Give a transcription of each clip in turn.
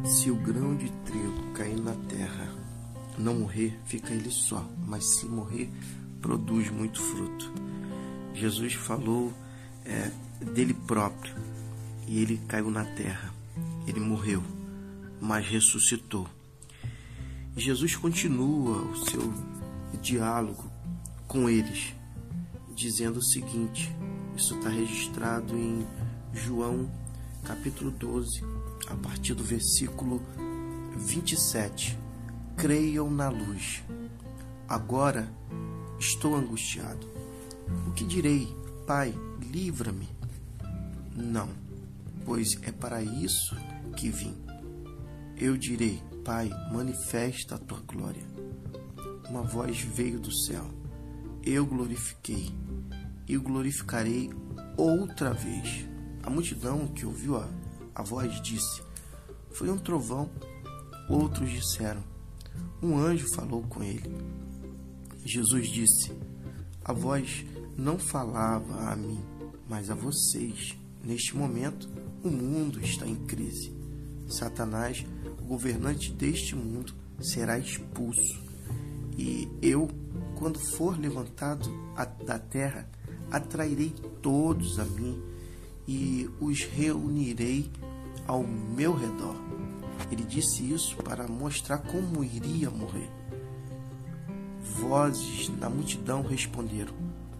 Se o grão de trigo cair na terra, não morrer, fica ele só, mas se morrer, produz muito fruto. Jesus falou dele próprio, e ele caiu na terra, ele morreu, mas ressuscitou. E Jesus continua o seu diálogo com eles, dizendo o seguinte, isso está registrado em João capítulo 12, a partir do versículo 27. Creiam na luz. Agora estou angustiado. O que direi? Pai, livra-me. Não, pois é para isso que vim. Eu direi, Pai, manifesta a tua glória. Uma voz veio do céu. Eu glorifiquei e o glorificarei outra vez. A multidão que ouviu a voz disse, foi um trovão. Outros disseram, um anjo falou com ele. Jesus disse, a voz não falava a mim, mas a vocês. Neste momento, o mundo está em crise. Satanás, o governante deste mundo, será expulso. E eu, quando for levantado da terra, atrairei todos a mim e os reunirei ao meu redor. Ele disse isso para mostrar como iria morrer. Vozes na multidão responderam,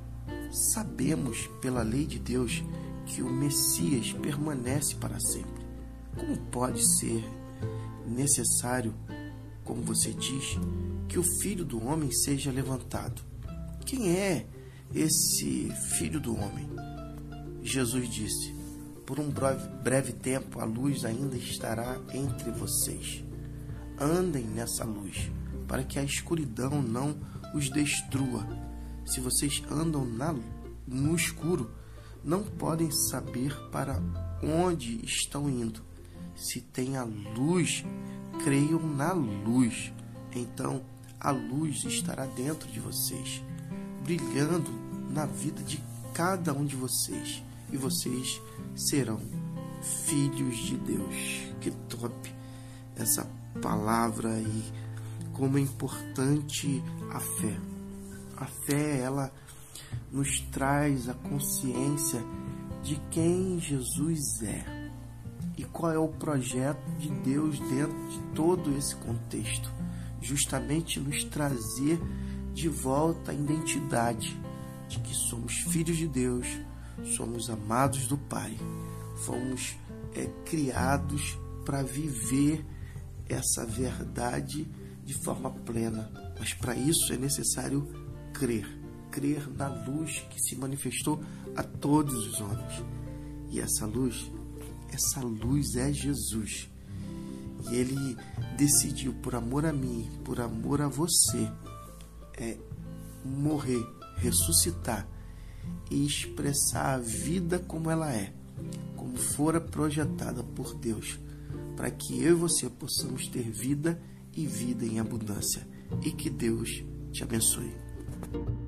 sabemos pela lei de Deus que o Messias permanece para sempre. Como pode ser necessário, como você diz, que o Filho do Homem seja levantado? Quem é esse Filho do Homem? Jesus disse, por um breve tempo a luz ainda estará entre vocês. Andem nessa luz, para que a escuridão não os destrua. Se vocês andam no escuro, não podem saber para onde estão indo. Se tem a luz, creiam na luz. Então a luz estará dentro de vocês, brilhando na vida de cada um de vocês. E vocês serão filhos de Deus. Que top essa palavra aí. Como é importante a fé. A fé, ela nos traz a consciência de quem Jesus é e qual é o projeto de Deus dentro de todo esse contexto. Justamente nos trazer de volta a identidade de que somos filhos de Deus, somos amados do Pai, fomos criados para viver essa verdade de forma plena. Mas para isso é necessário crer na luz que se manifestou a todos os homens. E essa luz é Jesus. E Ele decidiu, por amor a mim, por amor a você, morrer, ressuscitar e expressar a vida como ela é, como fora projetada por Deus, para que eu e você possamos ter vida e vida em abundância. E que Deus te abençoe.